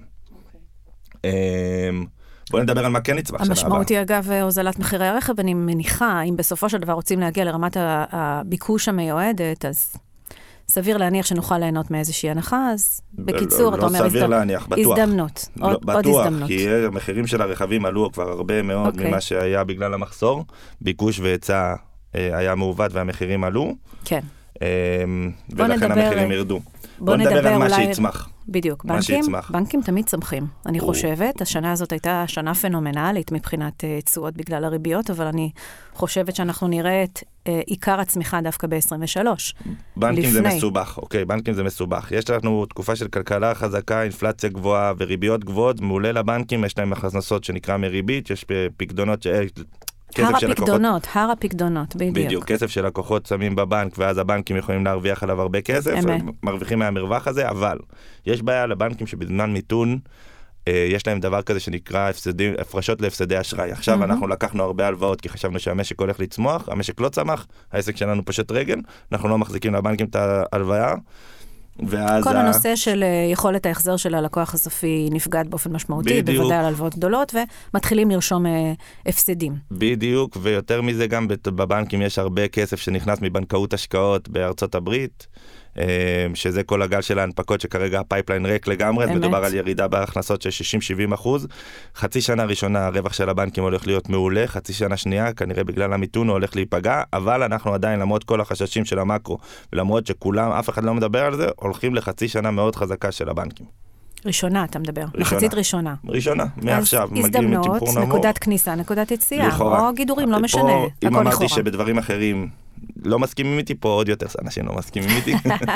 בואו נדבר על מה כן נצמח שנה הבאה. המשמעות היא אגב הוזלת מחירי הרכב, אני מניחה, אם בסופו של דבר רוצים להגיע לרמת הביקוש המיועדת, אז סביר להניח שנוכל ליהנות מאיזושהי הנחה, אז בקיצור, אתה אומר, לא סביר להניח, בטוח. הזדמנות, עוד הזדמנות. כי המחירים של הרכבים עלו כבר הרבה מאוד ממה שהיה בגלל המחסור, ביקוש והיצע היה מעוות והמחירים עלו. כן. ולכן המחירים ירדו. בוא נדבר על מה שיצמח. בדיוק, בנקים, בנקים תמיד צמחים. אני חושבת, השנה הזאת הייתה שנה פנומנלית מבחינת תשואות בגלל הריביות, אבל אני חושבת שאנחנו נראה את עיקר הצמיחה דווקא ב-עשרים ושלוש. בנקים זה מסובך, אוקיי, בנקים זה מסובך. יש לנו תקופה של כלכלה חזקה, אינפלציה גבוהה וריביות גבוהות, מעולה לבנקים, יש להם הכנסות שנקרא מריבית, יש פקדונות ש... הר הפקדונות, הר הפקדונות, בדיוק. בדיוק, כסף של לקוחות שמים בבנק, ואז הבנקים יכולים להרוויח עליו הרבה כסף, מרוויחים מהמרווח הזה, אבל יש בעיה לבנקים שבזמן מיתון, יש להם דבר כזה שנקרא הפרשות להפסדי אשראי. עכשיו אנחנו לקחנו הרבה הלוואות, כי חשבנו שהמשק הולך לצמוח, המשק לא צמח, העסק שלנו פשוט רגל, אנחנו לא מחזיקים לבנקים את ההלוואה, כל הנושא של יכולת ההחזר של הלקוח הסופי נפגד באופן משמעותי, בוודאי על הלוואות גדולות, ומתחילים לרשום הפסדים. בדיוק, ויותר מזה גם בבנקים יש הרבה כסף שנכנס מבנקאות השקעות בארצות הברית, שזה כל הגל של ההנפקות שכרגע הפייפליין ריק לגמרי, מדובר על ירידה בהכנסות של שישים עד שבעים אחוז. חצי שנה ראשונה הרווח של הבנקים הולך להיות מעולה, חצי שנה שנייה כנראה בגלל המיתון הוא הולך להיפגע, אבל אנחנו עדיין למרות כל החששים של המקרו, ולמרות שכולם, אף אחד לא מדבר על זה, הולכים לחצי שנה מאוד חזקה של הבנקים. ראשונה, אתה מדבר. מחצית ראשונה. ראשונה, מעכשיו. הזדמנות, נקודת כניסה, נקודת יציאה, או גידורים, לא משנה. אם אמרתי שבדברים אחרים לא מסכימים איתי, פה עוד יותר אנשים לא מסכימים איתי.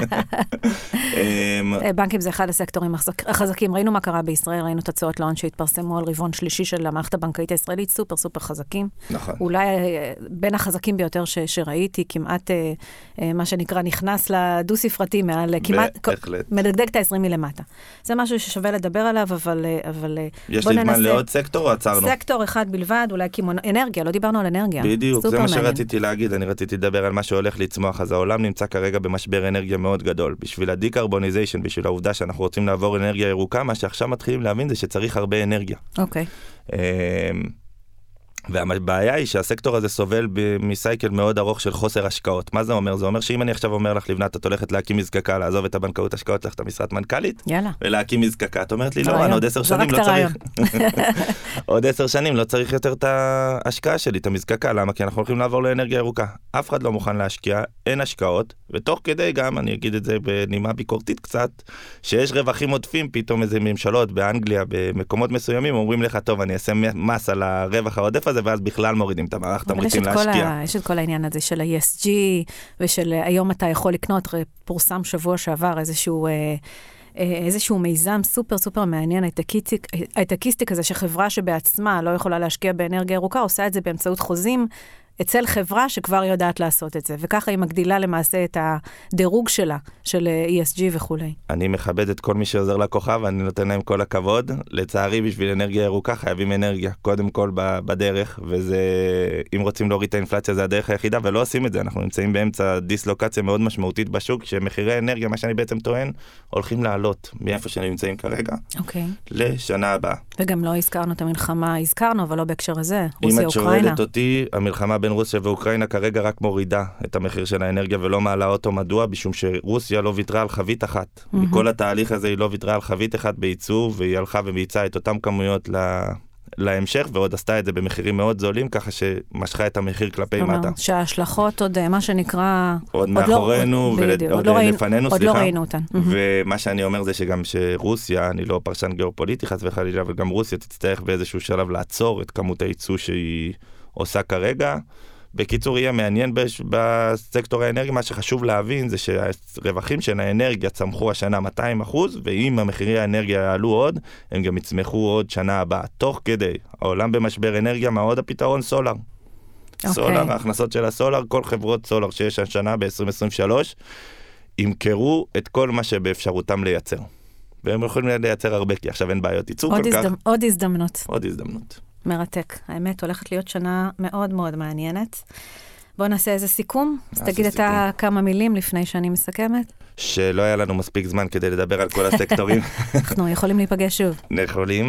בנקים זה אחד הסקטורים החזקים. ראינו מה קרה בישראל, ראינו את הצעות להון שהתפרסמו על רבעון שלישי של המערכת הבנקאית הישראלית, סופר סופר חזקים. נכון. אולי בין החזקים ביותר שראיתי, כמעט מה שנקרא נכנס לדו ספרתי מעל, כמעט מדגדג את ה-עשרים מלמטה. זה משהו ששווה לדבר עליו, אבל יש לי זמן לעוד סקטור או עצרנו? סקטור אחד בלבד, אולי אנרגיה, לא דיברנו על אנרגיה. בדיוק, זה מה שרציתי להגיד, אני רציתי לדבר על מה שהולך לצמוח, אז העולם נמצא כרגע במשבר אנרגיה מאוד גדול. בשביל הדיקרבוניזיישן, בשביל העובדה שאנחנו רוצים לעבור אנרגיה ירוקה, מה שעכשיו מתחילים להבין זה שצריך הרבה אנרגיה. אוקיי. והבעיה היא שהסקטור הזה סובל מסייקל מאוד ארוך של חוסר השקעות. מה זה אומר? זה אומר שאם אני עכשיו אומר לך לבנת, את הולכת להקים מזקקה, לעזוב את הבנקאות השקעות, לך את המשרת מנכ"לית, יאללה. ולהקים מזקקה. את אומרת לי, לא, אני עוד עשר שנים לא צריך. עוד עשר שנים לא צריך יותר את ההשקעה שלי, את המזקקה. למה? כי אנחנו הולכים לעבור לאנרגיה ירוקה. אף אחד לא מוכן להשקיע, אין השקעות, ותוך כדי גם, אני אגיד את זה בנימה ביקורתית קצת, שיש רווחים עודפים, פתאום איזה ממשלות באנגליה, במקומות מסוימים, אומרים לך, טוב, אני אעשה מס על הרווח העודף הזה, ואז בכלל מורידים את המערכת, תמריצים להשקיע. יש את כל העניין הזה של ה-אי אס ג'י, ושל היום אתה יכול לקנות, פורסם שבוע שעבר איזשהו, איזשהו מיזם סופר סופר מעניין, הייטקיסטיק הזה, שחברה שבעצמה לא יכולה להשקיע באנרגיה ירוקה, עושה את זה באמצעות חוזים, אצל חברה שכבר יודעת לעשות את זה, וככה היא מגדילה למעשה את הדירוג שלה, של אי אס ג'י וכו'. אני מכבד את כל מי שעוזר לכוכב, ואני נותן להם כל הכבוד. לצערי, בשביל אנרגיה ירוקה, חייבים אנרגיה, קודם כל בדרך, וזה, אם רוצים להוריד את האינפלציה, זה הדרך היחידה, ולא עושים את זה. אנחנו נמצאים באמצע דיסלוקציה מאוד משמעותית בשוק, שמחירי אנרגיה, מה שאני בעצם טוען, הולכים לעלות מאיפה שאני נמצאים כרגע, אוקיי. לשנה הבאה. וגם לא הזכרנו את המלחמה, הזכרנו, אבל לא בהקשר הזה, רוסיה, אם את שואלת אותי, המלחמה בין רוסיה ואוקראינה כרגע רק מורידה את המחיר של האנרגיה ולא מעלה אותו. מדוע? בשום שרוסיה לא ויתרה על חבית אחת. Mm-hmm. מכל התהליך הזה היא לא ויתרה על חבית אחת בייצור, והיא הלכה ומייצאה את אותם כמויות לה... להמשך, ועוד עשתה את זה במחירים מאוד זולים, ככה שמשכה את המחיר כלפי מטה. כלומר, שההשלכות עוד, מה שנקרא... עוד מאחורינו, ועוד לפנינו, עוד לא ראינו אותן. ומה שאני אומר זה שגם שרוסיה, אני לא פרשן גיאופוליטי חס וחלילה, אבל גם רוסיה תצטרך באיזשהו שלב לעצור את כמות הייצוא שהיא עושה כרגע. בקיצור, יהיה מעניין בסקטור האנרגיה, מה שחשוב להבין זה שהרווחים של האנרגיה צמחו השנה מאתיים אחוז, ואם המחירי האנרגיה יעלו עוד, הם גם יצמחו עוד שנה הבאה. תוך כדי, העולם במשבר אנרגיה, מה עוד הפתרון? סולר. Okay. סולר, ההכנסות של הסולר, כל חברות סולר שיש השנה ב-עשרים עשרים ושלוש, ימכרו את כל מה שבאפשרותם לייצר. והם יכולים לייצר הרבה, כי עכשיו אין בעיות ייצור כל הזדמ... כך. עוד הזדמנות. עוד הזדמנות. מרתק. האמת, הולכת להיות שנה מאוד מאוד מעניינת. בואו נעשה איזה סיכום. אז תגיד אתה כמה מילים לפני שאני מסכמת. שלא היה לנו מספיק זמן כדי לדבר על כל הסקטורים. אנחנו יכולים להיפגש שוב. יכולים.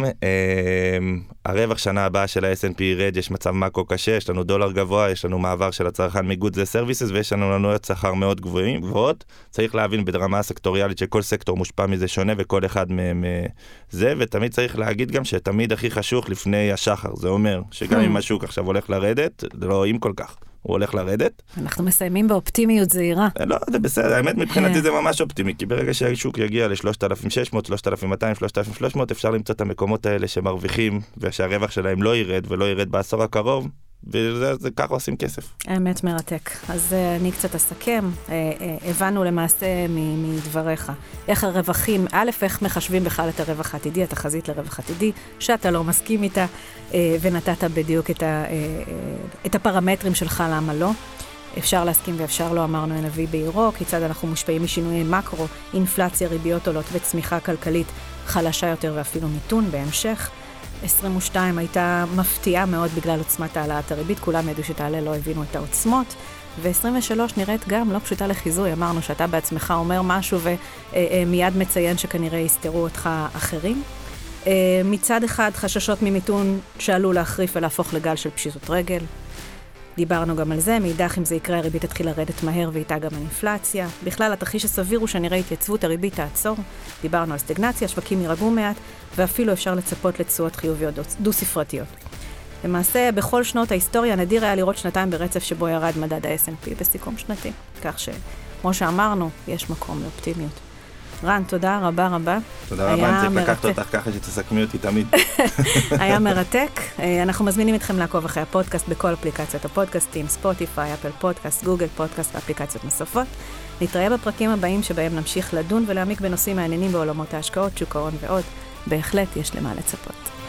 הרווח שנה הבאה של ה-אס אנד פי ירד, יש מצב מקרו קשה, יש לנו דולר גבוה, יש לנו מעבר של הצרכן מגודס לסרוויסס, ויש לנו מנויות שכר מאוד גבוהים, ועוד צריך להבין ברמה הסקטוריאלית שכל סקטור מושפע מזה שונה, וכל אחד מהם זה, ותמיד צריך להגיד גם שתמיד הכי חשוך לפני השחר. זה אומר שגם אם השוק עכשיו הולך לרדת, לא רואים כל כך. הוא הולך לרדת. אנחנו מסיימים באופטימיות זהירה. לא, זה בסדר, האמת מבחינתי זה ממש אופטימי, כי ברגע שהשוק יגיע ל-שלושת אלפים ושש מאות, שלושת אלפים ומאתיים, שלושת אלפים ושלוש מאות, אפשר למצוא את המקומות האלה שמרוויחים, ושהרווח שלהם לא ירד ולא ירד בעשור הקרוב, וזה זה, ככה עושים כסף. האמת מרתק. אז uh, אני קצת אסכם. Uh, uh, הבנו למעשה מ- מדבריך. איך הרווחים, א', איך מחשבים בכלל את הרווח העתידי, התחזית לרווח העתידי, שאתה לא מסכים איתה, uh, ונתת בדיוק את, ה, uh, uh, את הפרמטרים שלך למה לא. אפשר להסכים ואפשר לא, אמרנו הנביא בעירו, כיצד אנחנו מושפעים משינויי מקרו, אינפלציה, ריביות עולות וצמיחה כלכלית חלשה יותר ואפילו מיתון בהמשך. עשרים ושתיים הייתה מפתיעה מאוד בגלל עוצמת העלאת הריבית, כולם ידעו שתעלה, לא הבינו את העוצמות, ו-עשרים ושלוש נראית גם לא פשוטה לחיזוי, אמרנו שאתה בעצמך אומר משהו ומיד מציין שכנראה יסתרו אותך אחרים. מצד אחד חששות ממיתון שעלו להחריף ולהפוך לגל של פשיטות רגל, דיברנו גם על זה, מאידך אם זה יקרה הריבית תתחיל לרדת מהר ואיתה גם האינפלציה. בכלל התרחיש הסביר הוא שנראה התייצבות הריבית תעצור, דיברנו על סטגנציה, שווקים ירגעו מעט, ואפילו אפשר לצפות לתשואות חיוביות דו-ספרתיות. למעשה, בכל שנות ההיסטוריה נדיר היה לראות שנתיים ברצף שבו ירד מדד ה-אס אנד פי בסיכום שנתי. כך שכמו שאמרנו, יש מקום לאופטימיות. רן, תודה רבה רבה. תודה רבה, אני צריך לקחת אותך ככה שתסכמי אותי תמיד. היה מרתק. אנחנו מזמינים אתכם לעקוב אחרי הפודקאסט בכל אפליקציות הפודקאסטים, ספוטיפיי, אפל פודקאסט, גוגל פודקאסט ואפליקציות נוספות. נתראה בפרקים הבאים שבהם נמשיך לדון ולהעמיק בנושאים מעניינים בעולמות ההשקעות, שוק ההון ועוד. בהחלט יש למה לצפות.